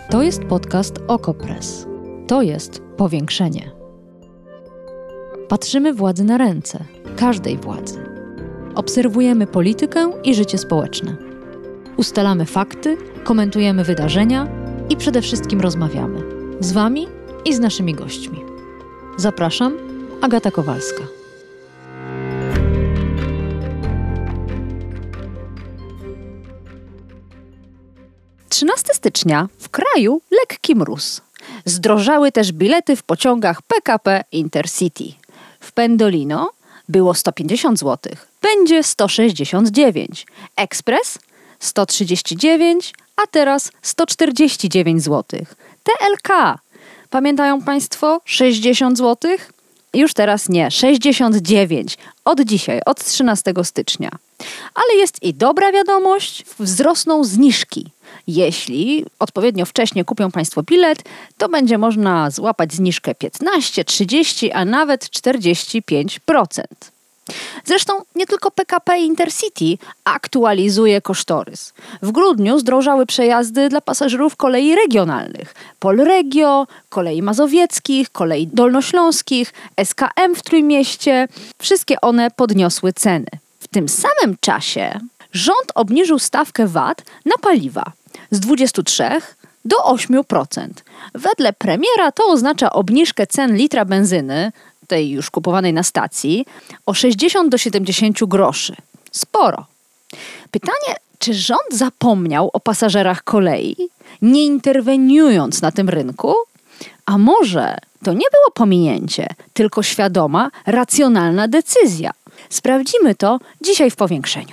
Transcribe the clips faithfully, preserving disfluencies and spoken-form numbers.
To jest podcast Okopres. To jest powiększenie. Patrzymy władzy na ręce, każdej władzy. Obserwujemy politykę i życie społeczne. Ustalamy fakty, komentujemy wydarzenia i przede wszystkim rozmawiamy. Z Wami i z naszymi gośćmi. Zapraszam, Agata Kowalska. trzynastego stycznia w kraju lekki mróz. Zdrożały też bilety w pociągach P K P Intercity. W Pendolino było sto pięćdziesiąt złotych, będzie sto sześćdziesiąt dziewięć. Ekspres sto trzydzieści dziewięć, a teraz sto czterdzieści dziewięć złotych. T L K, pamiętają Państwo, sześćdziesiąt złotych? Już teraz nie, sześćdziesiąt dziewięć. Od dzisiaj, od trzynastego stycznia. Ale jest i dobra wiadomość, wzrosną zniżki. Jeśli odpowiednio wcześnie kupią Państwo bilet, to będzie można złapać zniżkę piętnaście, trzydzieści, a nawet czterdzieści pięć procent. Zresztą nie tylko P K P Intercity aktualizuje kosztorys. W grudniu zdrożały przejazdy dla pasażerów kolei regionalnych. Polregio, kolei mazowieckich, kolei dolnośląskich, S K M w Trójmieście. Wszystkie one podniosły ceny. W tym samym czasie rząd obniżył stawkę V A T na paliwa z dwudziestu trzech do ośmiu procent. Wedle premiera to oznacza obniżkę cen litra benzyny, tej już kupowanej na stacji, o sześćdziesiąt do siedemdziesięciu groszy. Sporo. Pytanie, czy rząd zapomniał o pasażerach kolei, nie interweniując na tym rynku? A może to nie było pominięcie, tylko świadoma, racjonalna decyzja? Sprawdzimy to dzisiaj w powiększeniu.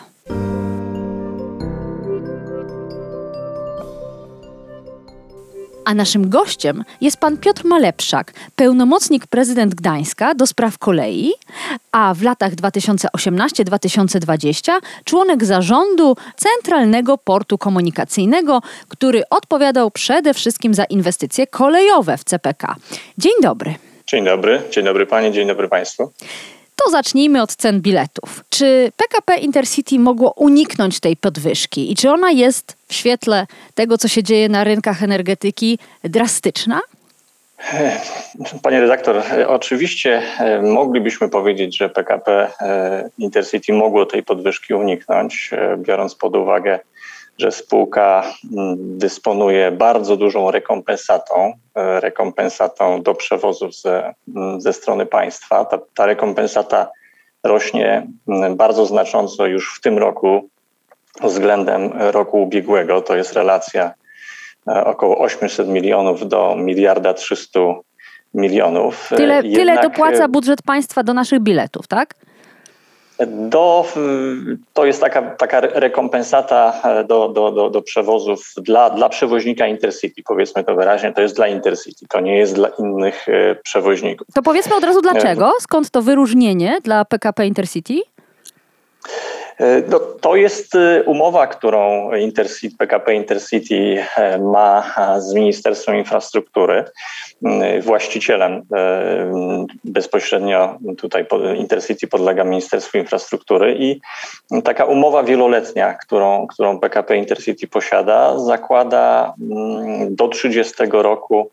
A naszym gościem jest pan Piotr Malepszak, pełnomocnik prezydent Gdańska do spraw kolei, a w latach dwa tysiące osiemnastego do dwa tysiące dwudziestego członek zarządu Centralnego Portu Komunikacyjnego, który odpowiadał przede wszystkim za inwestycje kolejowe w C P K. Dzień dobry. Dzień dobry, dzień dobry panie, dzień dobry państwu. To zacznijmy od cen biletów. Czy P K P Intercity mogło uniknąć tej podwyżki i czy ona jest w świetle tego, co się dzieje na rynkach energetyki, drastyczna? Panie redaktor, oczywiście moglibyśmy powiedzieć, że P K P Intercity mogło tej podwyżki uniknąć, biorąc pod uwagę, że spółka dysponuje bardzo dużą rekompensatą, rekompensatą do przewozów ze, ze strony państwa. Ta, ta rekompensata rośnie bardzo znacząco już w tym roku względem roku ubiegłego. To jest relacja około osiemset milionów do miliarda trzysta milionów. Tyle, Jednak tyle dopłaca budżet państwa do naszych biletów, tak? Do, to jest taka, taka rekompensata do, do, do, do przewozów dla, dla przewoźnika Intercity, powiedzmy to wyraźnie, to jest dla Intercity, to nie jest dla innych przewoźników. To powiedzmy od razu dlaczego, skąd to wyróżnienie dla P K P Intercity? No, to jest umowa, którą Intercity, P K P Intercity ma z Ministerstwem Infrastruktury. Właścicielem bezpośrednio tutaj Intercity podlega Ministerstwu Infrastruktury i taka umowa wieloletnia, którą, którą P K P Intercity posiada, zakłada do trzydziestego roku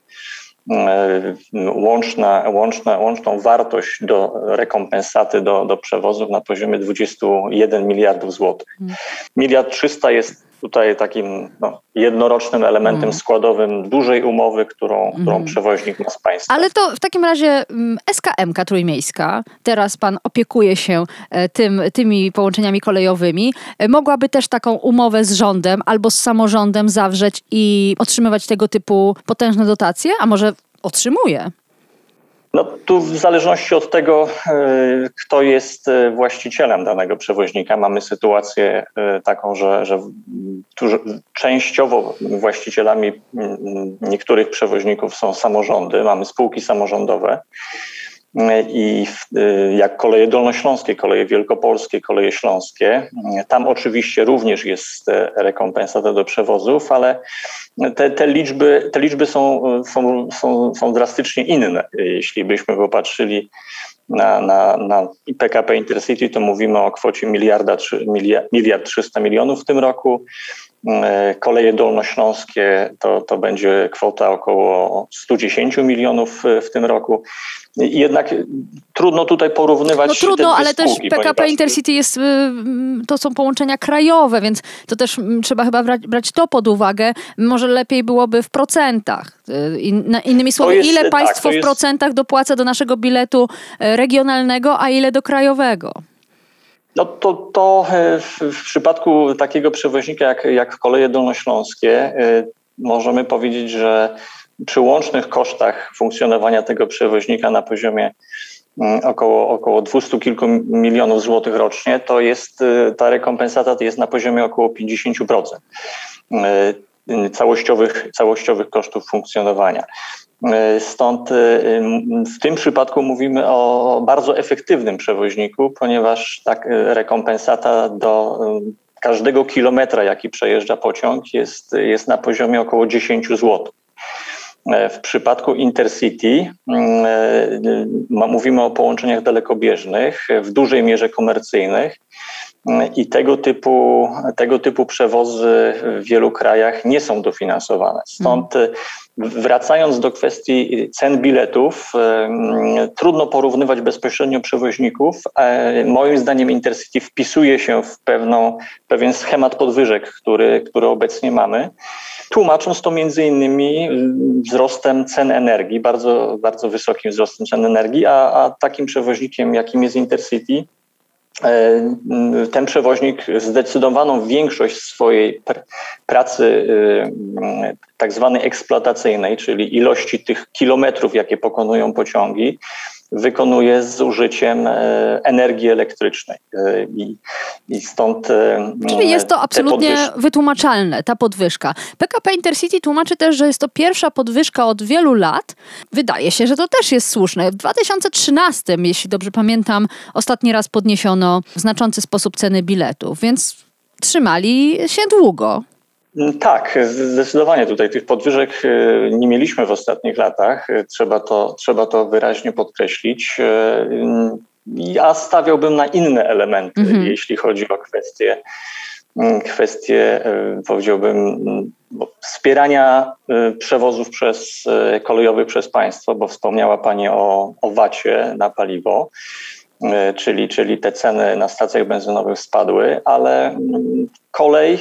Łączna, łączna, łączną wartość do rekompensaty do, do przewozów na poziomie dwadzieścia jeden miliardów złotych. Hmm. Miliard trzysta jest tutaj takim no, jednorocznym elementem hmm. składowym dużej umowy, którą, hmm. którą przewoźnik ma z państwem. Ale to w takim razie S K M ka Trójmiejska, teraz pan opiekuje się tym, tymi połączeniami kolejowymi, mogłaby też taką umowę z rządem albo z samorządem zawrzeć i otrzymywać tego typu potężne dotacje? A może otrzymuje? No tu w zależności od tego, kto jest właścicielem danego przewoźnika, mamy sytuację taką, że, że częściowo właścicielami niektórych przewoźników są samorządy, mamy spółki samorządowe i jak koleje dolnośląskie, koleje wielkopolskie, koleje śląskie, tam oczywiście również jest rekompensata do przewozów, ale te, te liczby, te liczby są, są, są, są drastycznie inne. Jeśli byśmy popatrzyli na, na, na P K P Intercity, to mówimy o kwocie miliarda, miliard trzysta milionów w tym roku. Koleje dolnośląskie to, to będzie kwota około sto dziesięć milionów w tym roku. Jednak trudno tutaj porównywać No trudno, te dwie ale spółki, też P K P ponieważ... Intercity jest, to są połączenia krajowe, więc to też trzeba chyba brać, brać to pod uwagę. Może lepiej byłoby w procentach. Innymi słowy, jest, ile tak, państwo jest... w procentach dopłaca do naszego biletu regionalnego, a ile do krajowego? No to, to w przypadku takiego przewoźnika jak, jak Koleje Dolnośląskie możemy powiedzieć, że przy łącznych kosztach funkcjonowania tego przewoźnika na poziomie około, około dwustu kilku milionów złotych rocznie, to jest ta rekompensata jest na poziomie około pięćdziesiąt procent całościowych, całościowych kosztów funkcjonowania. Stąd w tym przypadku mówimy o bardzo efektywnym przewoźniku, ponieważ tak rekompensata do każdego kilometra, jaki przejeżdża pociąg, jest, jest na poziomie około dziesięć złotych. W przypadku Intercity mówimy o połączeniach dalekobieżnych, w dużej mierze komercyjnych i tego typu, tego typu przewozy w wielu krajach nie są dofinansowane. Stąd wracając do kwestii cen biletów, trudno porównywać bezpośrednio przewoźników. Moim zdaniem Intercity wpisuje się w pewną, pewien schemat podwyżek, który, który obecnie mamy, tłumacząc to między innymi wzrostem cen energii, bardzo, bardzo wysokim wzrostem cen energii, a, a takim przewoźnikiem, jakim jest Intercity, ten przewoźnik zdecydowaną większość swojej pr- pracy yy, tak zwanej eksploatacyjnej, czyli ilości tych kilometrów, jakie pokonują pociągi, wykonuje z użyciem e, energii elektrycznej. E, i, i stąd e, Czyli jest to absolutnie podwyż- wytłumaczalne, ta podwyżka. P K P Intercity tłumaczy też, że jest to pierwsza podwyżka od wielu lat. Wydaje się, że to też jest słuszne. W dwa tysiące trzynastym, jeśli dobrze pamiętam, ostatni raz podniesiono w znaczący sposób ceny biletów, więc trzymali się długo. Tak, zdecydowanie tutaj tych podwyżek nie mieliśmy w ostatnich latach. Trzeba to, trzeba to wyraźnie podkreślić. Ja stawiałbym na inne elementy, mhm. jeśli chodzi o kwestie, kwestie powiedziałbym, wspierania przewozów przez, kolejowych przez państwo, bo wspomniała Pani o, o vacie na paliwo. Czyli, czyli te ceny na stacjach benzynowych spadły, ale kolej,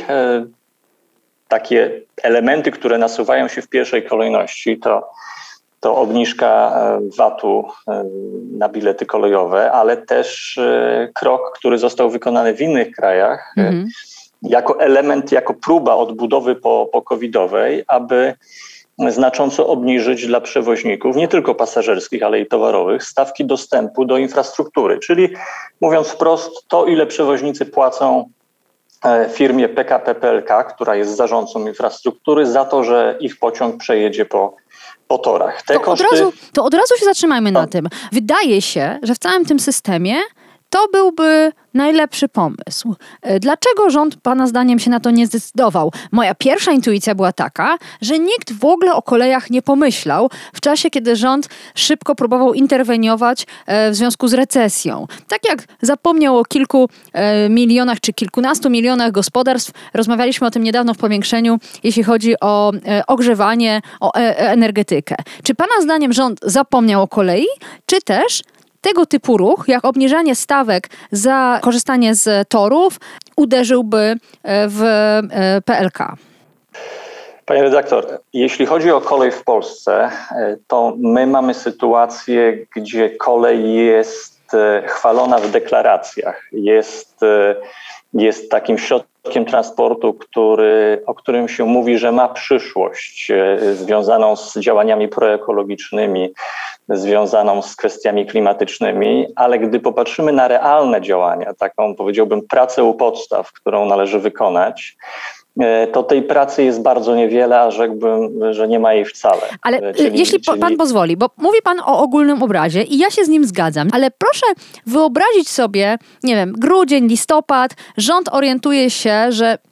takie elementy, które nasuwają się w pierwszej kolejności, to, to obniżka vatu na bilety kolejowe, ale też krok, który został wykonany w innych krajach, mhm. jako element, jako próba odbudowy po, po covidowej, aby znacząco obniżyć dla przewoźników, nie tylko pasażerskich, ale i towarowych, stawki dostępu do infrastruktury. Czyli mówiąc wprost, to ile przewoźnicy płacą firmie P K P P L K, która jest zarządcą infrastruktury, za to, że ich pociąg przejedzie po, po torach. Te to, koszty... od razu, to od razu się zatrzymajmy no. na tym. Wydaje się, że w całym tym systemie to byłby najlepszy pomysł. Dlaczego rząd Pana zdaniem się na to nie zdecydował? Moja pierwsza intuicja była taka, że nikt w ogóle o kolejach nie pomyślał w czasie, kiedy rząd szybko próbował interweniować w związku z recesją. Tak jak zapomniał o kilku milionach czy kilkunastu milionach gospodarstw, rozmawialiśmy o tym niedawno w powiększeniu, jeśli chodzi o ogrzewanie, o energetykę. Czy Pana zdaniem rząd zapomniał o kolei, czy też tego typu ruch, jak obniżanie stawek za korzystanie z torów, uderzyłby w P L K? Panie redaktor, jeśli chodzi o kolej w Polsce, to my mamy sytuację, gdzie kolej jest chwalona w deklaracjach. Jest, jest takim środkiem transportu, który, o którym się mówi, że ma przyszłość związaną z działaniami proekologicznymi, związaną z kwestiami klimatycznymi, ale gdy popatrzymy na realne działania, taką powiedziałbym pracę u podstaw, którą należy wykonać, to tej pracy jest bardzo niewiele, a rzekłbym, że nie ma jej wcale. Ale czyli, jeśli czyli... pan pozwoli, bo mówi pan o ogólnym obrazie i ja się z nim zgadzam, ale proszę wyobrazić sobie, nie wiem, grudzień, listopad, rząd orientuje się, że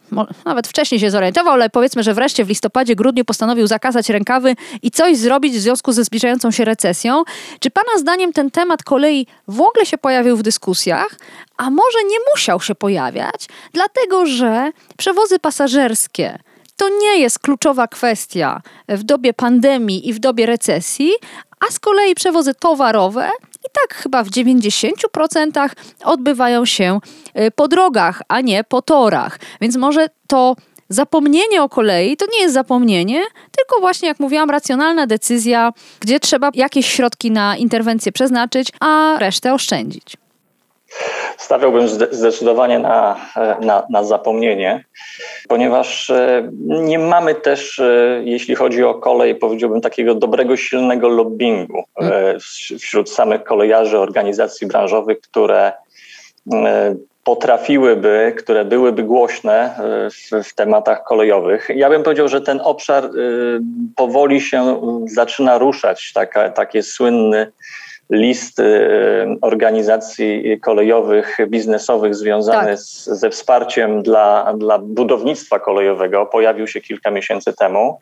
nawet wcześniej się zorientował, ale powiedzmy, że wreszcie w listopadzie, grudniu postanowił zakasać rękawy i coś zrobić w związku ze zbliżającą się recesją. Czy pana zdaniem ten temat kolei w ogóle się pojawił w dyskusjach, a może nie musiał się pojawiać, dlatego że przewozy pasażerskie to nie jest kluczowa kwestia w dobie pandemii i w dobie recesji, a z kolei przewozy towarowe i tak chyba w dziewięćdziesięciu procentach odbywają się po drogach, a nie po torach. Więc może to zapomnienie o kolei to nie jest zapomnienie, tylko właśnie, jak mówiłam, racjonalna decyzja, gdzie trzeba jakieś środki na interwencję przeznaczyć, a resztę oszczędzić. Stawiałbym zdecydowanie na, na, na zapomnienie, ponieważ nie mamy też, jeśli chodzi o kolej, powiedziałbym takiego dobrego, silnego lobbingu wśród samych kolejarzy, organizacji branżowych, które potrafiłyby, które byłyby głośne w, w tematach kolejowych. Ja bym powiedział, że ten obszar powoli się zaczyna ruszać, taka, takie słynny list organizacji kolejowych, biznesowych związany tak. z, ze wsparciem dla, dla budownictwa kolejowego pojawił się kilka miesięcy temu.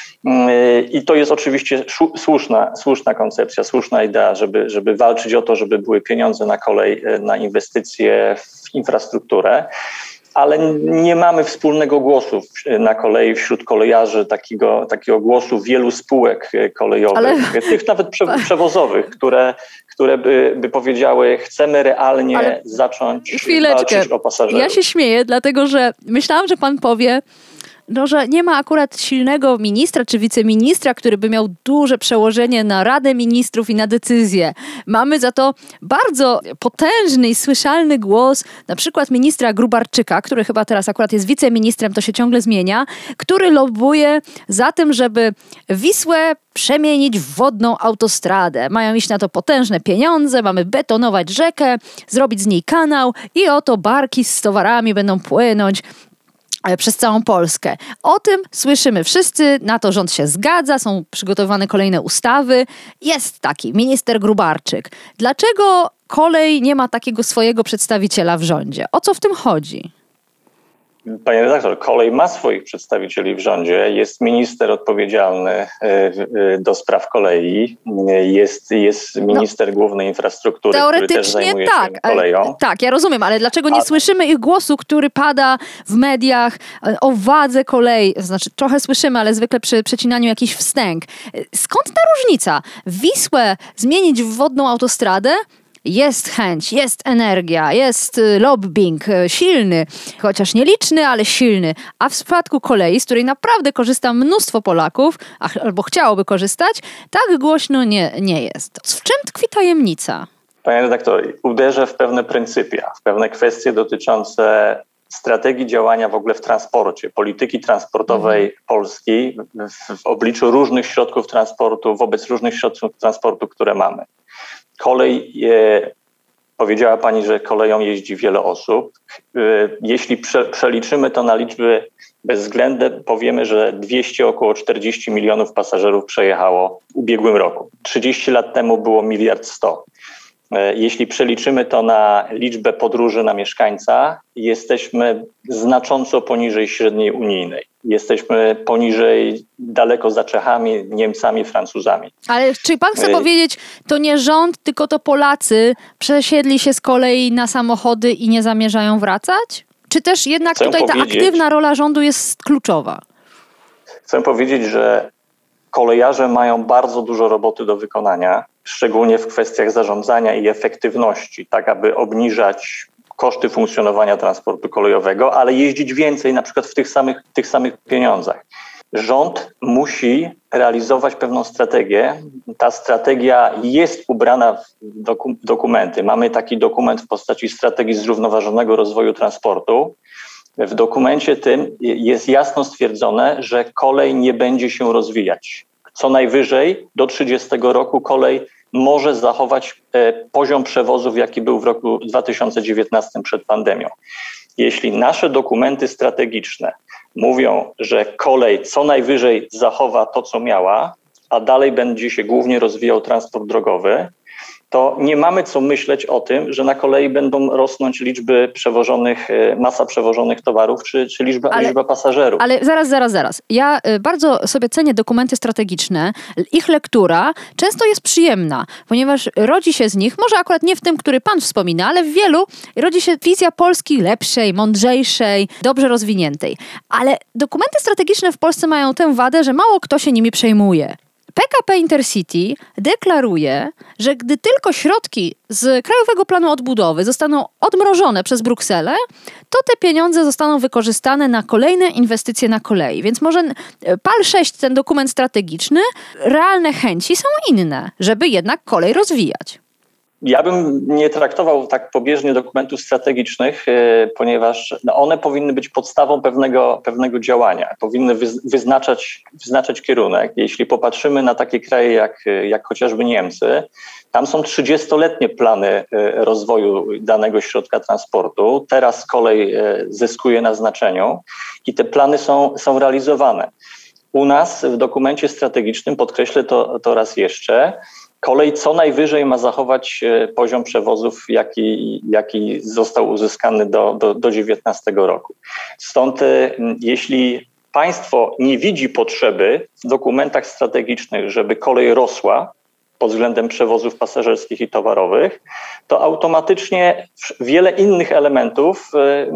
I to jest oczywiście słuszna, słuszna koncepcja, słuszna idea, żeby, żeby walczyć o to, żeby były pieniądze na kolej, na inwestycje w infrastrukturę. Ale nie mamy wspólnego głosu na kolei wśród kolejarzy, takiego, takiego głosu wielu spółek kolejowych, ale... tych nawet prze, przewozowych, które, które by, by powiedziały, chcemy realnie ale... zacząć Chwileczkę. walczyć o pasażerów. Ja się śmieję, dlatego że myślałam, że pan powie, no, że nie ma akurat silnego ministra czy wiceministra, który by miał duże przełożenie na Radę Ministrów i na decyzje. Mamy za to bardzo potężny i słyszalny głos na przykład ministra Gróbarczyka, który chyba teraz akurat jest wiceministrem, to się ciągle zmienia, który lobbuje za tym, żeby Wisłę przemienić w wodną autostradę. Mają iść na to potężne pieniądze, mamy betonować rzekę, zrobić z niej kanał i oto barki z towarami będą płynąć przez całą Polskę. O tym słyszymy wszyscy, na to rząd się zgadza, są przygotowane kolejne ustawy. Jest taki minister Gróbarczyk. Dlaczego kolej nie ma takiego swojego przedstawiciela w rządzie? O co w tym chodzi? Panie redaktor, kolej ma swoich przedstawicieli w rządzie. Jest minister odpowiedzialny do spraw kolei, jest, jest minister no, głównej infrastruktury, który też zajmuje tak, się koleją. Tak, ja rozumiem, ale dlaczego nie A... słyszymy ich głosu, który pada w mediach o wadze kolei? Znaczy trochę słyszymy, ale zwykle przy przecinaniu jakiś wstęg. Skąd ta różnica? Wisłę zmienić w wodną autostradę? Jest chęć, jest energia, jest lobbying silny, chociaż nieliczny, ale silny. A w przypadku kolei, z której naprawdę korzysta mnóstwo Polaków, albo chciałoby korzystać, tak głośno nie, nie jest. W czym tkwi tajemnica? Panie redaktor, uderzę w pewne pryncypia, w pewne kwestie dotyczące strategii działania w ogóle w transporcie, polityki transportowej mhm. Polski w, w obliczu różnych środków transportu, wobec różnych środków transportu, które mamy. Kolej, e, powiedziała pani, że koleją jeździ wiele osób. E, jeśli prze, przeliczymy to na liczby bezwzględne, powiemy, że dwieście, około czterdzieści milionów pasażerów przejechało w ubiegłym roku. trzydzieści lat temu było miliard sto. E, jeśli przeliczymy to na liczbę podróży na mieszkańca, jesteśmy znacząco poniżej średniej unijnej. Jesteśmy poniżej, daleko za Czechami, Niemcami, Francuzami. Ale czy pan chce powiedzieć, to nie rząd, tylko to Polacy przesiedli się z kolei na samochody i nie zamierzają wracać? Czy też jednak chcę tutaj ta aktywna rola rządu jest kluczowa? Chcę powiedzieć, że kolejarze mają bardzo dużo roboty do wykonania, szczególnie w kwestiach zarządzania i efektywności, tak aby obniżać koszty funkcjonowania transportu kolejowego, ale jeździć więcej na przykład w tych samych, tych samych pieniądzach. Rząd musi realizować pewną strategię. Ta strategia jest ubrana w doku- dokumenty. Mamy taki dokument w postaci strategii zrównoważonego rozwoju transportu. W dokumencie tym jest jasno stwierdzone, że kolej nie będzie się rozwijać. Co najwyżej do trzydziestego roku kolej może zachować e, poziom przewozów, jaki był w roku dwa tysiące dziewiętnastym przed pandemią. Jeśli nasze dokumenty strategiczne mówią, że kolej co najwyżej zachowa to, co miała, a dalej będzie się głównie rozwijał transport drogowy, to nie mamy co myśleć o tym, że na kolei będą rosnąć liczby przewożonych, masa przewożonych towarów, czy, czy liczba, ale, liczba pasażerów. Ale zaraz, zaraz, zaraz. Ja bardzo sobie cenię dokumenty strategiczne. Ich lektura często jest przyjemna, ponieważ rodzi się z nich, może akurat nie w tym, który pan wspomina, ale w wielu rodzi się wizja Polski lepszej, mądrzejszej, dobrze rozwiniętej. Ale dokumenty strategiczne w Polsce mają tę wadę, że mało kto się nimi przejmuje. P K P Intercity deklaruje, że gdy tylko środki z Krajowego Planu Odbudowy zostaną odmrożone przez Brukselę, to te pieniądze zostaną wykorzystane na kolejne inwestycje na kolei. Więc może P A L sześć, ten dokument strategiczny, realne chęci są inne, żeby jednak kolej rozwijać. Ja bym nie traktował tak pobieżnie dokumentów strategicznych, ponieważ one powinny być podstawą pewnego, pewnego działania, powinny wyznaczać, wyznaczać kierunek. Jeśli popatrzymy na takie kraje jak, jak chociażby Niemcy, tam są trzydziestoletnie plany rozwoju danego środka transportu. Teraz kolej zyskuje na znaczeniu i te plany są, są realizowane. U nas w dokumencie strategicznym, podkreślę to, to raz jeszcze, kolej co najwyżej ma zachować poziom przewozów, jaki, jaki został uzyskany do, do, do dziewiętnastego roku. Stąd jeśli państwo nie widzi potrzeby w dokumentach strategicznych, żeby kolej rosła pod względem przewozów pasażerskich i towarowych, to automatycznie wiele innych elementów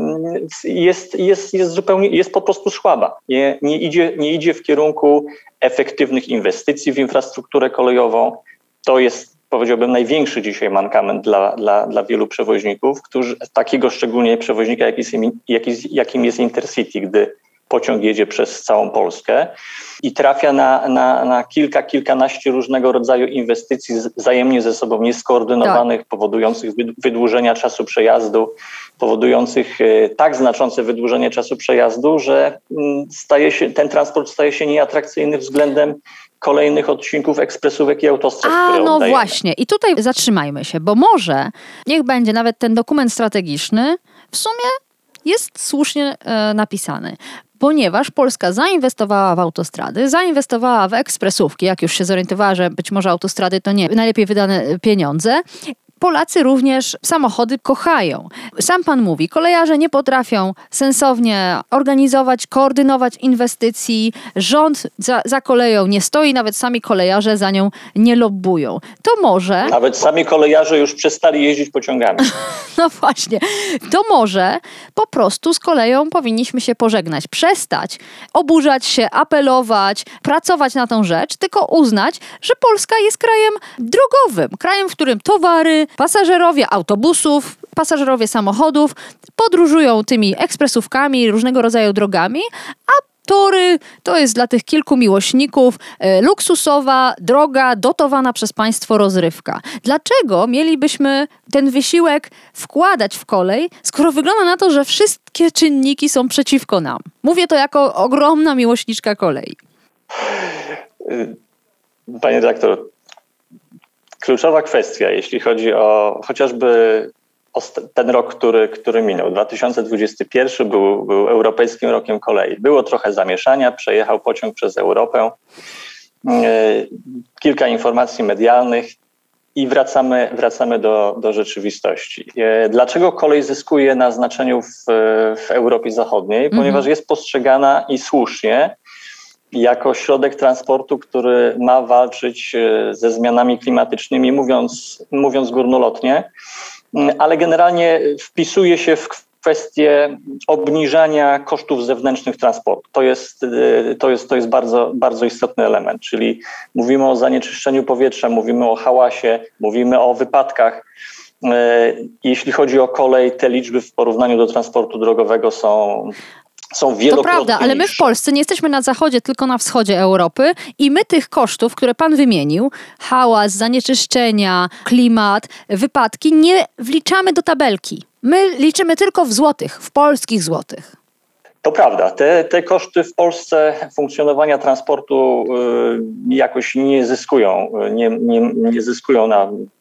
jest, jest, jest zupełnie, jest po prostu słaba. Nie, nie, idzie, nie idzie w kierunku efektywnych inwestycji w infrastrukturę kolejową. To jest, powiedziałbym, największy dzisiaj mankament dla, dla, dla wielu przewoźników, którzy, takiego szczególnie przewoźnika, jak jest, jak jest, jakim jest Intercity, gdy pociąg jedzie przez całą Polskę i trafia na, na, na kilka, kilkanaście różnego rodzaju inwestycji wzajemnie ze sobą nieskoordynowanych, tak. powodujących wydłużenia czasu przejazdu, powodujących tak znaczące wydłużenie czasu przejazdu, że staje się, ten transport staje się nieatrakcyjny względem kolejnych odcinków ekspresówek i autostrad, A, które no oddajemy. właśnie. I tutaj zatrzymajmy się, bo może niech będzie nawet ten dokument strategiczny w sumie jest słusznie e, napisany. Ponieważ Polska zainwestowała w autostrady, zainwestowała w ekspresówki, jak już się zorientowała, że być może autostrady to nie najlepiej wydane pieniądze. Polacy również samochody kochają. Sam pan mówi, kolejarze nie potrafią sensownie organizować, koordynować inwestycji. Rząd za, za koleją nie stoi, nawet sami kolejarze za nią nie lobbują. To może... Nawet sami kolejarze już przestali jeździć pociągami. No właśnie. To może po prostu z koleją powinniśmy się pożegnać. Przestać oburzać się, apelować, pracować na tą rzecz, tylko uznać, że Polska jest krajem drogowym. Krajem, w którym towary, pasażerowie autobusów, pasażerowie samochodów podróżują tymi ekspresówkami, różnego rodzaju drogami, a tory to jest dla tych kilku miłośników e, luksusowa, droga, dotowana przez państwo rozrywka. Dlaczego mielibyśmy ten wysiłek wkładać w kolej, skoro wygląda na to, że wszystkie czynniki są przeciwko nam? Mówię to jako ogromna miłośniczka kolei. Panie redaktor, kluczowa kwestia, jeśli chodzi o chociażby ten rok, który, który minął. dwa tysiące dwudziesty pierwszy był, był Europejskim Rokiem Kolei. Było trochę zamieszania, przejechał pociąg przez Europę. Kilka informacji medialnych i wracamy, wracamy do, do rzeczywistości. Dlaczego kolej zyskuje na znaczeniu w, w Europie Zachodniej? Mhm. Ponieważ jest postrzegana i słusznie jako środek transportu, który ma walczyć ze zmianami klimatycznymi, mówiąc, mówiąc górnolotnie, ale generalnie wpisuje się w kwestię obniżania kosztów zewnętrznych transportu. To jest, to jest, to jest bardzo, bardzo istotny element, czyli mówimy o zanieczyszczeniu powietrza, mówimy o hałasie, mówimy o wypadkach. Jeśli chodzi o kolej, te liczby w porównaniu do transportu drogowego są... Są to prawda, ale my w Polsce nie jesteśmy na zachodzie, tylko na wschodzie Europy i my tych kosztów, które pan wymienił, hałas, zanieczyszczenia, klimat, wypadki, nie wliczamy do tabelki. My liczymy tylko w złotych, w polskich złotych. To prawda. Te, te koszty w Polsce funkcjonowania transportu y, jakoś nie zyskują, nie, nie, nie zyskują na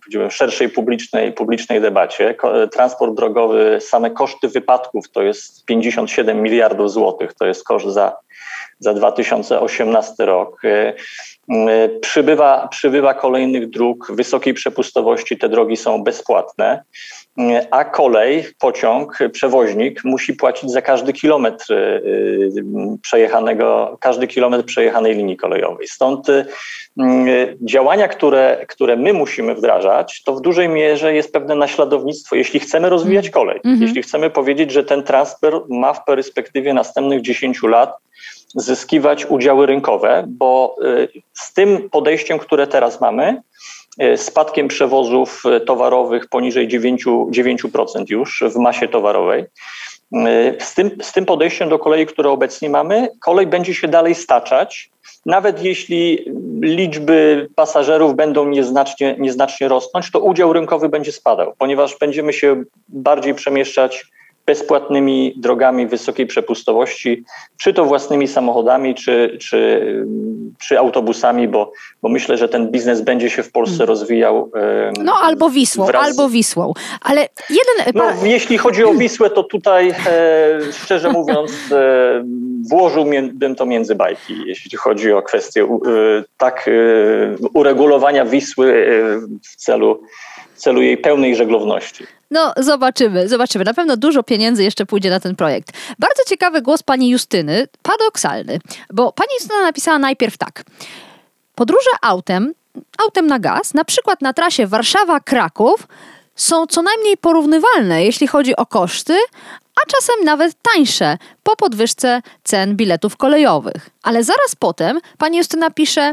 powiedziałbym, szerszej publicznej, publicznej debacie. Transport drogowy, same koszty wypadków to jest pięćdziesiąt siedem miliardów złotych, to jest koszt za, za dwa tysiące osiemnasty rok. Przybywa, przybywa kolejnych dróg wysokiej przepustowości, te drogi są bezpłatne, a kolej, pociąg, przewoźnik musi płacić za każdy kilometr przejechanego, każdy kilometr przejechanej linii kolejowej. Stąd działania, które, które my musimy wdrażać, to w dużej mierze jest pewne naśladownictwo, jeśli chcemy rozwijać kolej, mm-hmm. jeśli chcemy powiedzieć, że ten transport ma w perspektywie następnych dziesięciu lat zyskiwać udziały rynkowe, bo z tym podejściem, które teraz mamy, spadkiem przewozów towarowych poniżej dziewięć procent już w masie towarowej, z tym, z tym podejściem do kolei, które obecnie mamy, kolej będzie się dalej staczać, nawet jeśli liczby pasażerów będą nieznacznie, nieznacznie rosnąć, to udział rynkowy będzie spadał, ponieważ będziemy się bardziej przemieszczać bezpłatnymi drogami wysokiej przepustowości, czy to własnymi samochodami, czy, czy, czy autobusami, bo, bo myślę, że ten biznes będzie się w Polsce hmm. rozwijał. Um, no albo Wisłą, wraz... albo Wisłą. Ale jeden... No, jeśli chodzi o Wisłę, to tutaj e, szczerze mówiąc e, włożyłbym to między bajki, jeśli chodzi o kwestię e, tak e, uregulowania Wisły e, w celu, w celu jej pełnej żeglowności. No zobaczymy, zobaczymy. Na pewno dużo pieniędzy jeszcze pójdzie na ten projekt. Bardzo ciekawy głos pani Justyny, paradoksalny, bo pani Justyna napisała najpierw tak. Podróże autem, autem na gaz, na przykład na trasie Warszawa-Kraków są co najmniej porównywalne, jeśli chodzi o koszty, a czasem nawet tańsze po podwyżce cen biletów kolejowych. Ale zaraz potem pani Justyna pisze...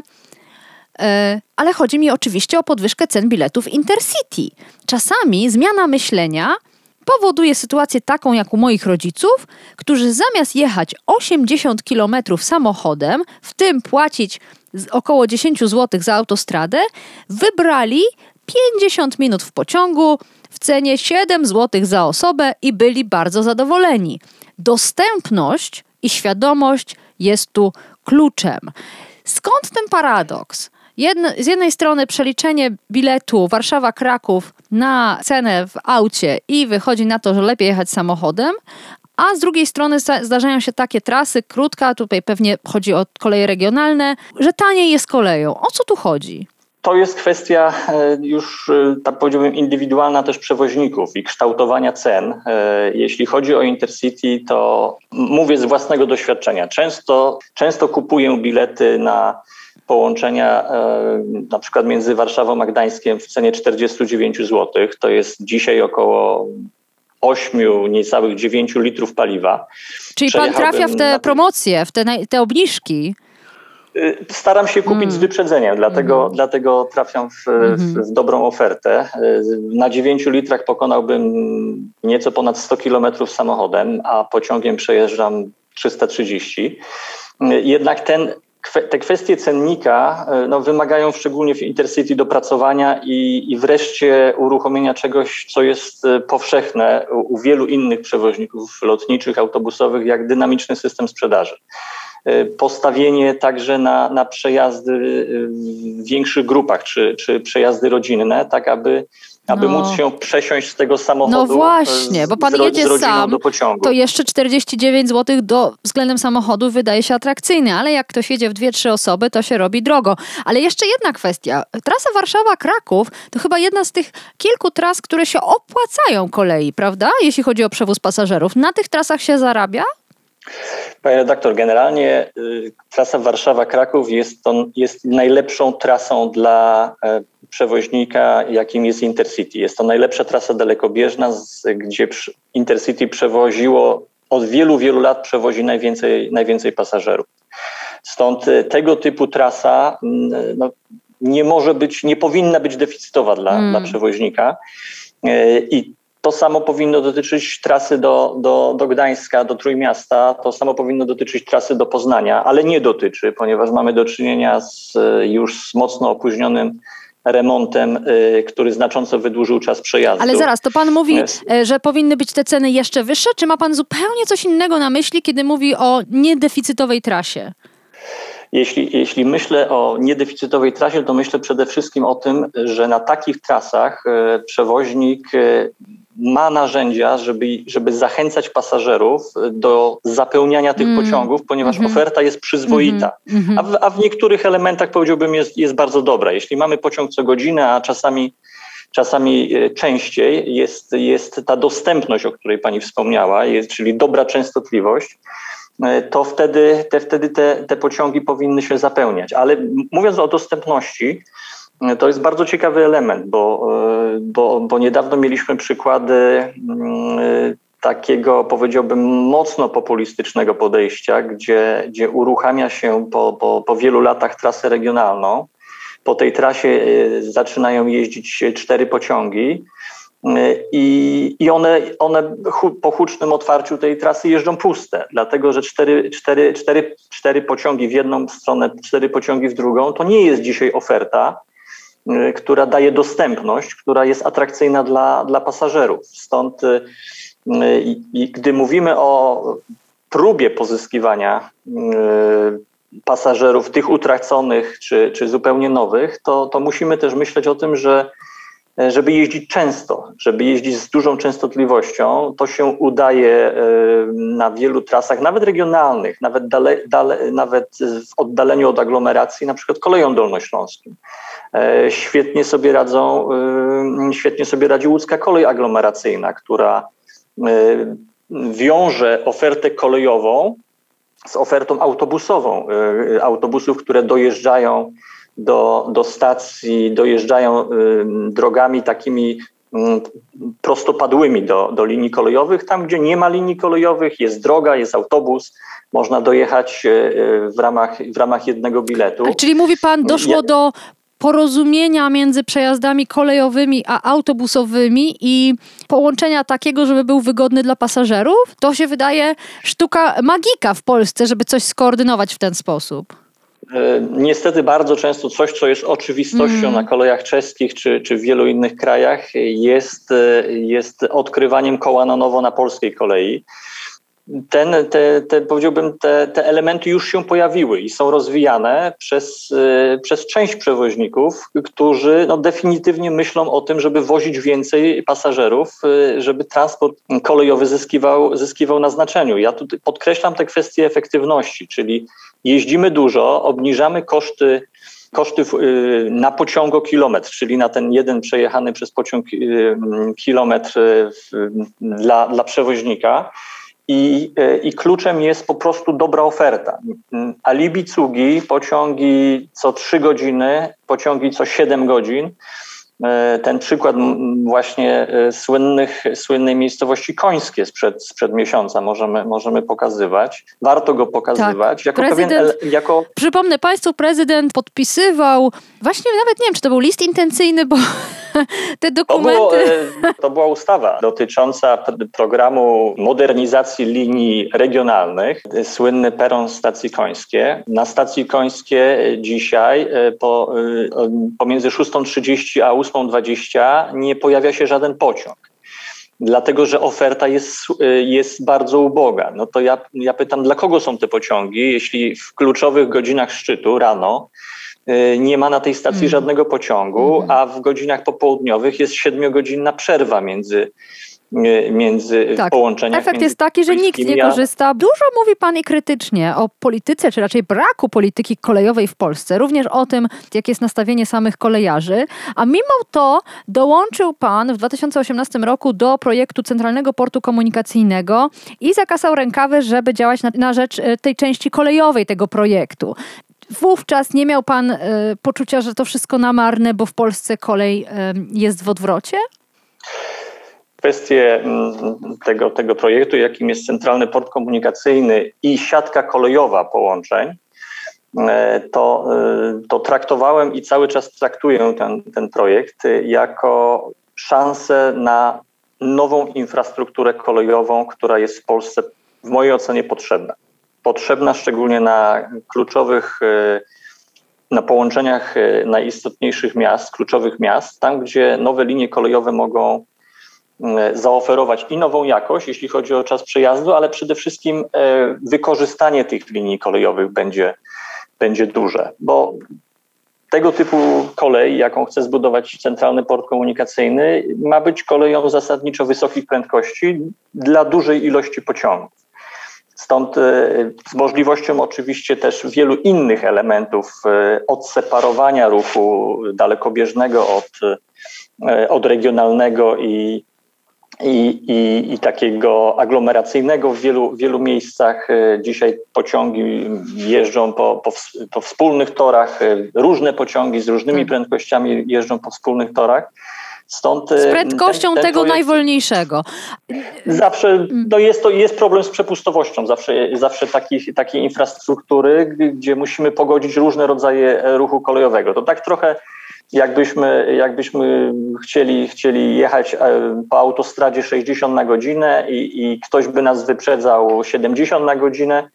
Ale chodzi mi oczywiście o podwyżkę cen biletów Intercity. Czasami zmiana myślenia powoduje sytuację taką jak u moich rodziców, którzy zamiast jechać osiemdziesiąt kilometrów samochodem, w tym płacić około dziesięć złotych za autostradę, wybrali pięćdziesiąt minut w pociągu w cenie siedem złotych za osobę i byli bardzo zadowoleni. Dostępność i świadomość jest tu kluczem. Skąd ten paradoks? Jedno, z jednej strony przeliczenie biletu Warszawa-Kraków na cenę w aucie i wychodzi na to, że lepiej jechać samochodem, a z drugiej strony zdarzają się takie trasy, krótka, tutaj pewnie chodzi o koleje regionalne, że taniej jest koleją. O co tu chodzi? To jest kwestia już, tak powiedziałbym, indywidualna też przewoźników i kształtowania cen. Jeśli chodzi o Intercity, to mówię z własnego doświadczenia. Często, często kupuję bilety na połączenia na przykład między Warszawą a Gdańskiem w cenie czterdzieści dziewięć złotych. To jest dzisiaj około ośmiu, niecałych dziewięciu litrów paliwa. Czyli pan trafia w te promocje, w te, te obniżki? Staram się kupić mm. z wyprzedzeniem, dlatego, mm. dlatego trafiam w, w, w dobrą ofertę. Na dziewięciu litrach pokonałbym nieco ponad sto kilometrów samochodem, a pociągiem przejeżdżam trzysta trzydzieści. Jednak ten te kwestie cennika no, wymagają szczególnie w Intercity dopracowania i, i wreszcie uruchomienia czegoś, co jest powszechne u, u wielu innych przewoźników lotniczych, autobusowych, jak dynamiczny system sprzedaży. Postawienie także na, na przejazdy w większych grupach, czy, czy przejazdy rodzinne, tak aby aby no. móc się przesiąść z tego samochodu. No właśnie, bo pan z, jedzie z sam, do pociągu. To jeszcze czterdzieści dziewięć złotych do względem samochodu wydaje się atrakcyjny, ale jak ktoś jedzie w dwie, trzy osoby, to się robi drogo. Ale jeszcze jedna kwestia. Trasa Warszawa-Kraków to chyba jedna z tych kilku tras, które się opłacają kolei, prawda? Jeśli chodzi o przewóz pasażerów. Na tych trasach się zarabia? Panie redaktor, generalnie y, trasa Warszawa-Kraków jest, to, jest najlepszą trasą dla y, przewoźnika, jakim jest Intercity. Jest to najlepsza trasa dalekobieżna, z, gdzie przy, Intercity przewoziło od wielu, wielu lat przewozi najwięcej, najwięcej pasażerów. Stąd y, tego typu trasa y, no, nie może być, nie powinna być deficytowa dla, mm. dla przewoźnika. Y, I To samo powinno dotyczyć trasy do, do, do Gdańska, do Trójmiasta, to samo powinno dotyczyć trasy do Poznania, ale nie dotyczy, ponieważ mamy do czynienia z już z mocno opóźnionym remontem, y, który znacząco wydłużył czas przejazdu. Ale zaraz, to pan mówi, Jest. że powinny być te ceny jeszcze wyższe, czy ma pan zupełnie coś innego na myśli, kiedy mówi o niedeficytowej trasie? Jeśli, jeśli myślę o niedeficytowej trasie, to myślę przede wszystkim o tym, że na takich trasach e, przewoźnik e, ma narzędzia, żeby, żeby zachęcać pasażerów do zapełniania tych mm. pociągów, ponieważ mm-hmm. oferta jest przyzwoita. Mm-hmm. A, w, a w niektórych elementach, powiedziałbym, jest, jest bardzo dobra. Jeśli mamy pociąg co godzinę, a czasami, czasami częściej, jest, jest ta dostępność, o której pani wspomniała, jest, czyli dobra częstotliwość, to wtedy, te, wtedy te, te pociągi powinny się zapełniać. Ale mówiąc o dostępności, to jest bardzo ciekawy element, bo, bo, bo niedawno mieliśmy przykłady takiego, powiedziałbym, mocno populistycznego podejścia, gdzie, gdzie uruchamia się po, po, po wielu latach trasę regionalną. Po tej trasie zaczynają jeździć cztery pociągi i, i one, one po hucznym otwarciu tej trasy jeżdżą puste, dlatego że cztery, cztery, cztery, cztery pociągi w jedną stronę, cztery pociągi w drugą, to nie jest dzisiaj oferta, która daje dostępność, która jest atrakcyjna dla, dla pasażerów. Stąd i, i gdy mówimy o próbie pozyskiwania y, pasażerów, tych utraconych czy, czy zupełnie nowych, to, to musimy też myśleć o tym, że żeby jeździć często, żeby jeździć z dużą częstotliwością, to się udaje na wielu trasach, nawet regionalnych, nawet, dale, dale, nawet w oddaleniu od aglomeracji, na przykład koleją dolnośląskim. Świetnie sobie radzą, świetnie sobie radzi łódzka kolej aglomeracyjna, która wiąże ofertę kolejową z ofertą autobusową. Autobusów, które dojeżdżają do, do stacji, dojeżdżają y, drogami takimi y, prostopadłymi do, do linii kolejowych. Tam, gdzie nie ma linii kolejowych, jest droga, jest autobus, można dojechać y, w ramach, w ramach jednego biletu. A czyli mówi pan, doszło ja... do porozumienia między przejazdami kolejowymi a autobusowymi i połączenia takiego, żeby był wygodny dla pasażerów? To się wydaje sztuka magika w Polsce, żeby coś skoordynować w ten sposób. Niestety bardzo często coś, co jest oczywistością mm. na kolejach czeskich czy, czy w wielu innych krajach, jest, jest odkrywaniem koła na nowo na polskiej kolei. Ten, te, te, powiedziałbym, te, te elementy już się pojawiły i są rozwijane przez, przez część przewoźników, którzy no, definitywnie myślą o tym, żeby wozić więcej pasażerów, żeby transport kolejowy zyskiwał, zyskiwał na znaczeniu. Ja tu podkreślam tę kwestię efektywności, czyli jeździmy dużo, obniżamy koszty, koszty na pociągokilometr, czyli na ten jeden przejechany przez pociąg kilometr dla, dla przewoźnika. I, I kluczem jest po prostu dobra oferta. Alibi cugi, pociągi co trzy godziny, pociągi co siedem godzin. Ten przykład właśnie słynnych, słynnej miejscowości Końskie sprzed, sprzed miesiąca możemy, możemy pokazywać. Warto go pokazywać. Tak. Jako prezydent, pewien, jako... Przypomnę Państwu, prezydent podpisywał, właśnie nawet nie wiem, czy to był list intencyjny, bo te dokumenty... To, było, to była ustawa dotycząca programu modernizacji linii regionalnych. Słynny peron stacji Końskie. Na stacji Końskie dzisiaj po, pomiędzy szósta trzydzieści a ósma dwadzieścia nie pojawia się żaden pociąg. Dlatego, że oferta jest, jest bardzo uboga. No to ja, ja pytam, dla kogo są te pociągi, jeśli w kluczowych godzinach szczytu rano nie ma na tej stacji mm. żadnego pociągu, mm. a w godzinach popołudniowych jest siedmiogodzinna przerwa między, między tak. połączeniami. Efekt jest taki, że nikt nie korzysta. Dużo mówi pan i krytycznie o polityce, czy raczej braku polityki kolejowej w Polsce, również o tym, jakie jest nastawienie samych kolejarzy, a mimo to dołączył pan w dwa tysiące osiemnastym roku do projektu Centralnego Portu Komunikacyjnego i zakasał rękawy, żeby działać na, na rzecz tej części kolejowej tego projektu. Wówczas nie miał pan y, poczucia, że to wszystko na marne, bo w Polsce kolej y, jest w odwrocie? Kwestie tego, tego projektu, jakim jest Centralny Port Komunikacyjny i siatka kolejowa połączeń, to, to traktowałem i cały czas traktuję ten, ten projekt jako szansę na nową infrastrukturę kolejową, która jest w Polsce w mojej ocenie potrzebna. Potrzebna szczególnie na kluczowych, na połączeniach najistotniejszych miast, kluczowych miast, tam gdzie nowe linie kolejowe mogą zaoferować i nową jakość, jeśli chodzi o czas przejazdu, ale przede wszystkim wykorzystanie tych linii kolejowych będzie, będzie duże, bo tego typu kolej, jaką chce zbudować Centralny Port Komunikacyjny, ma być koleją zasadniczo wysokich prędkości dla dużej ilości pociągów. Stąd z możliwością oczywiście też wielu innych elementów odseparowania ruchu dalekobieżnego od, od regionalnego i, i, i, i takiego aglomeracyjnego w wielu, wielu miejscach. Dzisiaj pociągi jeżdżą po, po, po wspólnych torach, różne pociągi z różnymi prędkościami jeżdżą po wspólnych torach. Stąd z prędkością ten, ten tego projekt, najwolniejszego. Zawsze no jest, to, jest problem z przepustowością zawsze, zawsze takiej, takiej infrastruktury, gdzie musimy pogodzić różne rodzaje ruchu kolejowego. To tak trochę jakbyśmy, jakbyśmy chcieli, chcieli jechać po autostradzie sześćdziesiąt na godzinę i, i ktoś by nas wyprzedzał siedemdziesiąt na godzinę,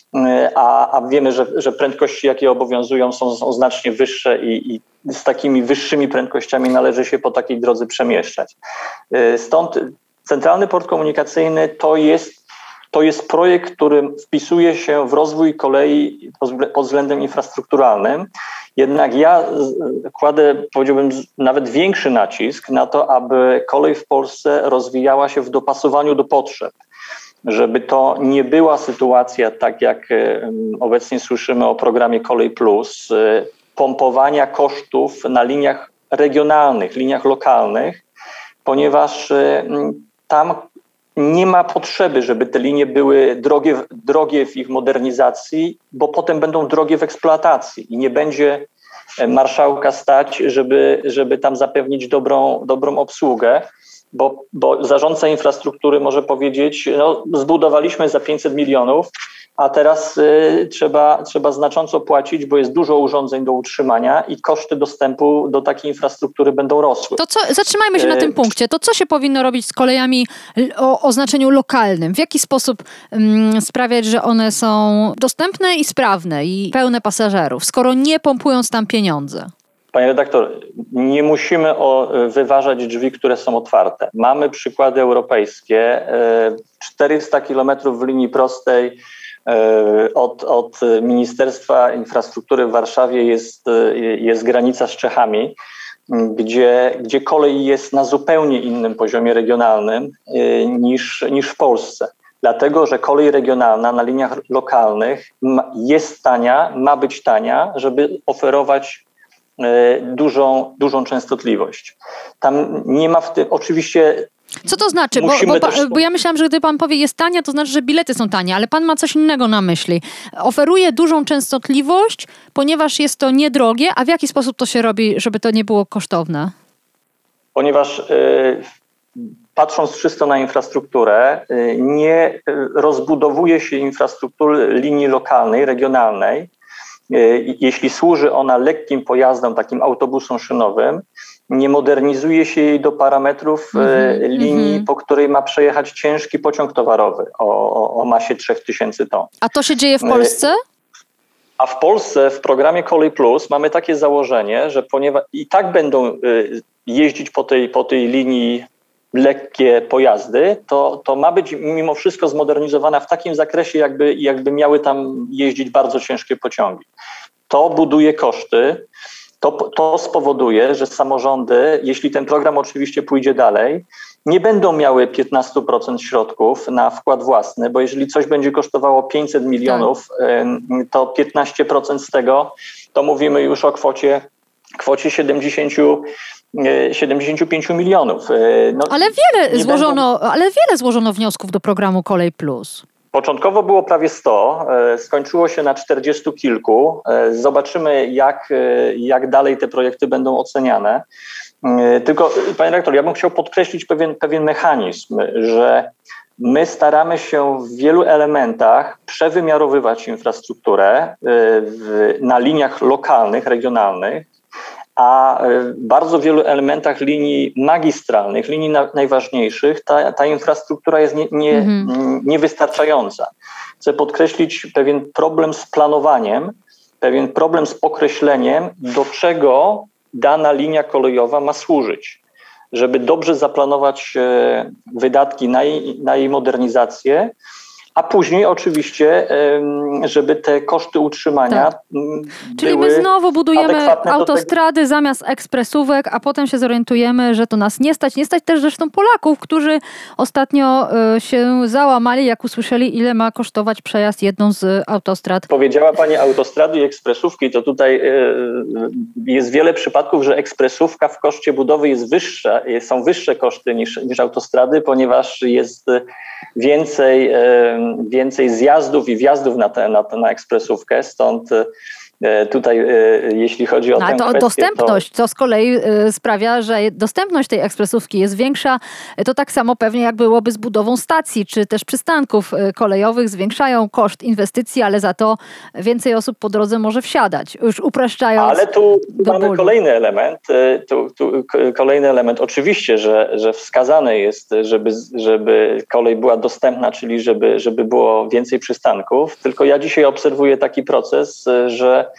a, a wiemy, że, że prędkości, jakie obowiązują, są, są znacznie wyższe i, i z takimi wyższymi prędkościami należy się po takiej drodze przemieszczać. Stąd Centralny Port Komunikacyjny to jest, to jest projekt, który wpisuje się w rozwój kolei pod względem infrastrukturalnym. Jednak ja kładę, powiedziałbym, nawet większy nacisk na to, aby kolej w Polsce rozwijała się w dopasowaniu do potrzeb. Żeby to nie była sytuacja, tak jak obecnie słyszymy o programie Kolej Plus, pompowania kosztów na liniach regionalnych, liniach lokalnych, ponieważ tam nie ma potrzeby, żeby te linie były drogie, drogie w ich modernizacji, bo potem będą drogie w eksploatacji i nie będzie marszałka stać, żeby, żeby tam zapewnić dobrą, dobrą obsługę. Bo, bo zarządca infrastruktury może powiedzieć, no zbudowaliśmy za pięćset milionów, a teraz y, trzeba, trzeba znacząco płacić, bo jest dużo urządzeń do utrzymania i koszty dostępu do takiej infrastruktury będą rosły. To co, zatrzymajmy się na tym punkcie. To co się powinno robić z kolejami o, o znaczeniu lokalnym? W jaki sposób um, sprawiać, że one są dostępne i sprawne i pełne pasażerów, skoro nie pompują tam pieniądze? Panie redaktor, nie musimy o, wyważać drzwi, które są otwarte. Mamy przykłady europejskie. czterysta kilometrów w linii prostej od, od Ministerstwa Infrastruktury w Warszawie jest, jest granica z Czechami, gdzie, gdzie kolej jest na zupełnie innym poziomie regionalnym niż, niż w Polsce. Dlatego, że kolej regionalna na liniach lokalnych jest tania, ma być tania, żeby oferować dużą, dużą częstotliwość. Tam nie ma w tym, oczywiście... Co to znaczy? Bo, bo, też... bo ja myślałam, że gdy pan powie jest tania, to znaczy, że bilety są tanie, ale pan ma coś innego na myśli. Oferuje dużą częstotliwość, ponieważ jest to niedrogie, a w jaki sposób to się robi, żeby to nie było kosztowne? Ponieważ y, patrząc czysto na infrastrukturę, y, nie rozbudowuje się infrastruktury linii lokalnej, regionalnej, jeśli służy ona lekkim pojazdom, takim autobusom szynowym, nie modernizuje się jej do parametrów mm-hmm, linii, mm-hmm. po której ma przejechać ciężki pociąg towarowy o, o masie trzy tysiące ton. A to się dzieje w Polsce? A w Polsce w programie Kolej Plus mamy takie założenie, że ponieważ i tak będą jeździć po tej, po tej linii lekkie pojazdy, to, to ma być mimo wszystko zmodernizowana w takim zakresie, jakby, jakby miały tam jeździć bardzo ciężkie pociągi. To buduje koszty, to, to spowoduje, że samorządy, jeśli ten program oczywiście pójdzie dalej, nie będą miały piętnaście procent środków na wkład własny, bo jeżeli coś będzie kosztowało pięćset milionów, tak. to piętnaście procent z tego, to mówimy już o kwocie, kwocie siedemdziesiąt siedemdziesiąt pięć milionów. No, ale, wiele złożono, będą... ale wiele złożono wniosków do programu Kolej Plus. Początkowo było prawie sto, skończyło się na czterdziestu kilku. Zobaczymy, jak, jak dalej te projekty będą oceniane. Tylko, panie rektor, ja bym chciał podkreślić pewien, pewien mechanizm, że my staramy się w wielu elementach przewymiarowywać infrastrukturę w, na liniach lokalnych, regionalnych, a w bardzo wielu elementach linii magistralnych, linii na, najważniejszych, ta, ta infrastruktura jest nie, nie, mm-hmm. niewystarczająca. Chcę podkreślić pewien problem z planowaniem, pewien problem z określeniem, do czego dana linia kolejowa ma służyć. Żeby dobrze zaplanować e, wydatki na jej, na jej modernizację, a później oczywiście, żeby te koszty utrzymania tak. były Czyli my znowu budujemy autostrady tego... zamiast ekspresówek, a potem się zorientujemy, że to nas nie stać. Nie stać też zresztą Polaków, którzy ostatnio się załamali, jak usłyszeli, ile ma kosztować przejazd jedną z autostrad. Powiedziała Pani autostrady i ekspresówki, to tutaj jest wiele przypadków, że ekspresówka w koszcie budowy jest wyższa, są wyższe koszty niż, niż autostrady, ponieważ jest więcej, więcej zjazdów i wjazdów na, te, na, na ekspresówkę, stąd tutaj jeśli chodzi o no, tę to kwestię... dostępność, to... to z kolei sprawia, że dostępność tej ekspresówki jest większa. To tak samo pewnie jak byłoby z budową stacji, czy też przystanków kolejowych. Zwiększają koszt inwestycji, ale za to więcej osób po drodze może wsiadać, już upraszczając. Ale tu mamy bólu. kolejny element. Tu, tu kolejny element. Oczywiście, że, że wskazane jest, żeby, żeby kolej była dostępna, czyli żeby, żeby było więcej przystanków. Tylko ja dzisiaj obserwuję taki proces, że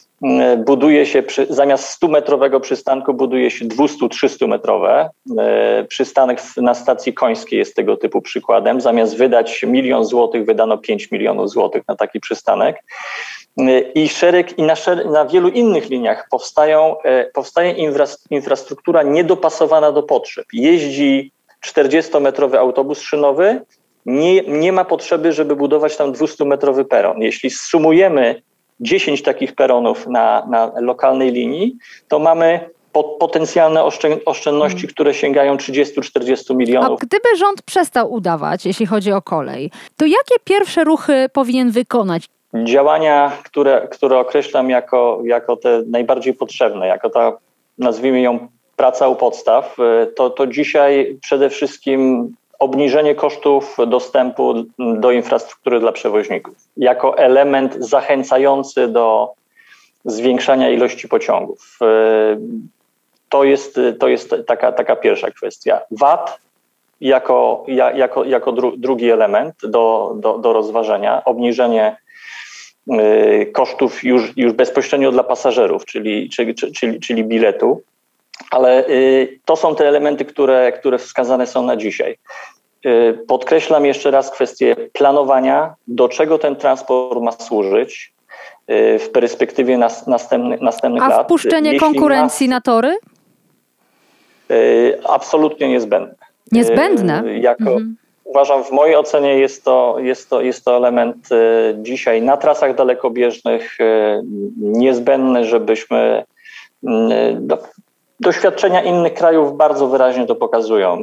buduje się, przy, zamiast stumetrowego przystanku buduje się dwieście trzysta metrowe. Przystanek na stacji Końskiej jest tego typu przykładem. Zamiast wydać milion złotych, wydano pięć milionów złotych na taki przystanek. I szereg, i na, szer, na wielu innych liniach powstają, powstaje infrastruktura niedopasowana do potrzeb. Jeździ czterdziestometrowy autobus szynowy, nie, nie ma potrzeby, żeby budować tam dwustumetrowy peron. Jeśli sumujemy dziesięć takich peronów na, na lokalnej linii, to mamy po, potencjalne oszczędności, hmm. które sięgają trzydzieści do czterdziestu milionów. A gdyby rząd przestał udawać, jeśli chodzi o kolej, to jakie pierwsze ruchy powinien wykonać? Działania, które, które określam jako, jako te najbardziej potrzebne, jako ta, nazwijmy ją, praca u podstaw, to, to dzisiaj przede wszystkim obniżenie kosztów dostępu do infrastruktury dla przewoźników jako element zachęcający do zwiększania ilości pociągów. To jest, to jest taka, taka pierwsza kwestia. V A T jako, jako, jako dru, drugi element do, do, do rozważenia, obniżenie kosztów już, już bezpośrednio dla pasażerów, czyli, czyli, czyli, czyli biletu. Ale to są te elementy, które, które wskazane są na dzisiaj. Podkreślam jeszcze raz kwestię planowania, do czego ten transport ma służyć w perspektywie nas, następnych, następnych lat. lat. A wpuszczenie Jeśli konkurencji ma... na tory? Absolutnie niezbędne. Niezbędne? Jako, mhm. Uważam, w mojej ocenie jest to, jest to, jest to element dzisiaj na trasach dalekobieżnych niezbędny, żebyśmy do, doświadczenia innych krajów bardzo wyraźnie to pokazują.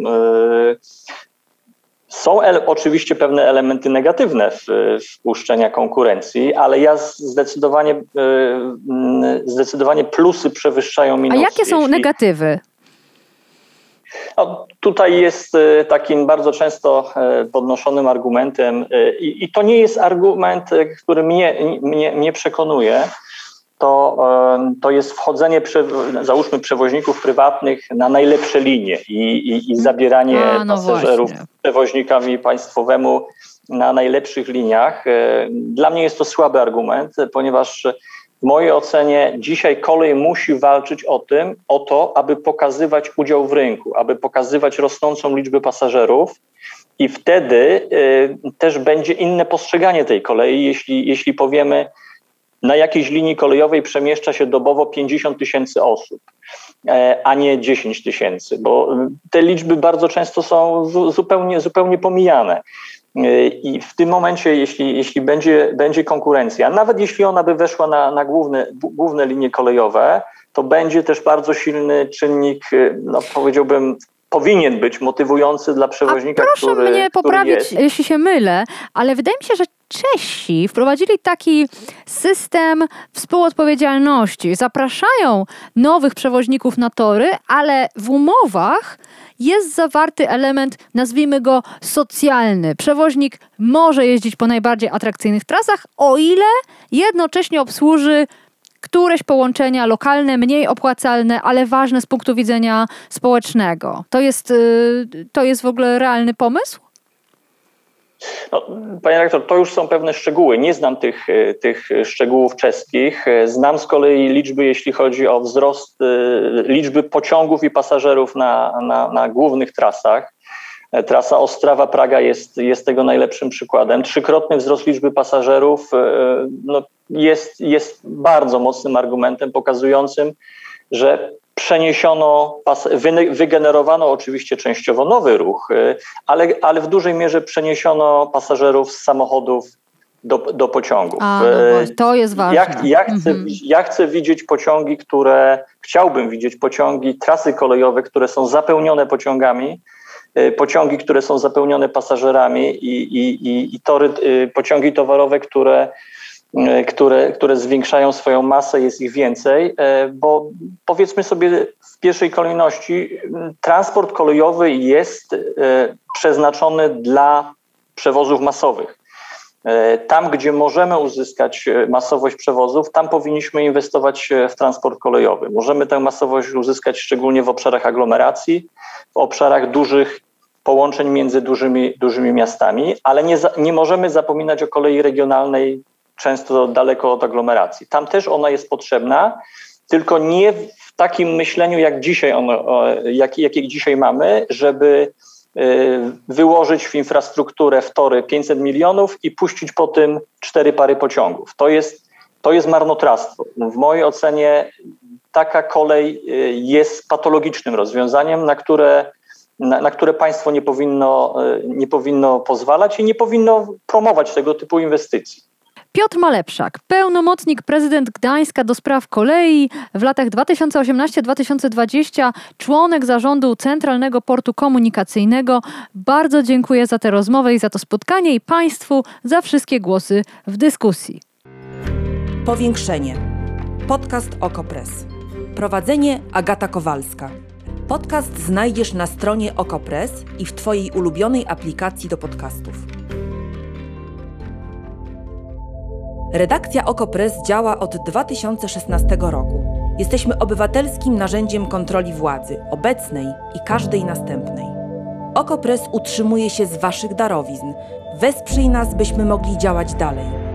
Są ele- oczywiście pewne elementy negatywne w, wpuszczenia konkurencji, ale ja zdecydowanie, zdecydowanie plusy przewyższają minusy. A jakie są Jeśli... negatywy? No, tutaj jest takim bardzo często podnoszonym argumentem i, i to nie jest argument, który mnie, mnie, mnie przekonuje, to, to jest wchodzenie, załóżmy, przewoźników prywatnych na najlepsze linie i, i, i zabieranie A, no pasażerów właśnie. przewoźnikami państwowemu na najlepszych liniach. Dla mnie jest to słaby argument, ponieważ w mojej ocenie dzisiaj kolej musi walczyć o tym, o to, aby pokazywać udział w rynku, aby pokazywać rosnącą liczbę pasażerów i wtedy y, też będzie inne postrzeganie tej kolei, jeśli, jeśli powiemy, na jakiejś linii kolejowej przemieszcza się dobowo pięćdziesiąt tysięcy osób, a nie dziesięć tysięcy, bo te liczby bardzo często są zupełnie, zupełnie pomijane. I w tym momencie, jeśli, jeśli będzie, będzie konkurencja, nawet jeśli ona by weszła na, na główne, główne linie kolejowe, to będzie też bardzo silny czynnik, no powiedziałbym, powinien być motywujący dla przewoźnika, A proszę który, mnie poprawić, jest. jeśli się mylę, ale wydaje mi się, że Czesi wprowadzili taki system współodpowiedzialności. Zapraszają nowych przewoźników na tory, ale w umowach jest zawarty element, nazwijmy go socjalny. Przewoźnik może jeździć po najbardziej atrakcyjnych trasach, o ile jednocześnie obsłuży któreś połączenia lokalne, mniej opłacalne, ale ważne z punktu widzenia społecznego. To jest, to jest w ogóle realny pomysł? No, panie redaktor, to już są pewne szczegóły. Nie znam tych, tych szczegółów czeskich. Znam z kolei liczby, jeśli chodzi o wzrost liczby pociągów i pasażerów na, na, na głównych trasach. Trasa Ostrawa-Praga jest, jest tego najlepszym przykładem. Trzykrotny wzrost liczby pasażerów no, jest, jest bardzo mocnym argumentem pokazującym, że przeniesiono, wygenerowano oczywiście częściowo nowy ruch, ale, ale w dużej mierze przeniesiono pasażerów z samochodów do, do pociągów. A, no właśnie, to jest ważne. Ja, ja, chcę, mhm. ja chcę widzieć pociągi, które, chciałbym widzieć pociągi, trasy kolejowe, które są zapełnione pociągami, pociągi, które są zapełnione pasażerami i, i, i, i tory, pociągi towarowe, które Które, które zwiększają swoją masę, jest ich więcej, bo powiedzmy sobie w pierwszej kolejności, transport kolejowy jest przeznaczony dla przewozów masowych. Tam, gdzie możemy uzyskać masowość przewozów, tam powinniśmy inwestować w transport kolejowy. Możemy tę masowość uzyskać szczególnie w obszarach aglomeracji, w obszarach dużych połączeń między dużymi, dużymi miastami, ale nie, za, nie możemy zapominać o kolei regionalnej, często daleko od aglomeracji. Tam też ona jest potrzebna, tylko nie w takim myśleniu, jak dzisiaj ono, jak, jakie dzisiaj mamy, żeby wyłożyć w infrastrukturę, w tory pięćset milionów i puścić po tym cztery pary pociągów. To jest, to jest marnotrawstwo. W mojej ocenie taka kolej jest patologicznym rozwiązaniem, na które, na, na które państwo nie powinno, nie powinno pozwalać i nie powinno promować tego typu inwestycji. Piotr Malepszak, pełnomocnik prezydent Gdańska do spraw kolei, w latach dwa tysiące osiemnasty do dwa tysiące dwudziestego członek zarządu Centralnego Portu Komunikacyjnego. Bardzo dziękuję za tę rozmowę i za to spotkanie i Państwu za wszystkie głosy w dyskusji. Powiększenie. Podcast Okopres. Prowadzenie Agata Kowalska. Podcast znajdziesz na stronie Okopres i w Twojej ulubionej aplikacji do podcastów. Redakcja Okopres działa od dwa tysiące szesnastego roku. Jesteśmy obywatelskim narzędziem kontroli władzy, obecnej i każdej następnej. Okopres utrzymuje się z Waszych darowizn. Wesprzyj nas, byśmy mogli działać dalej.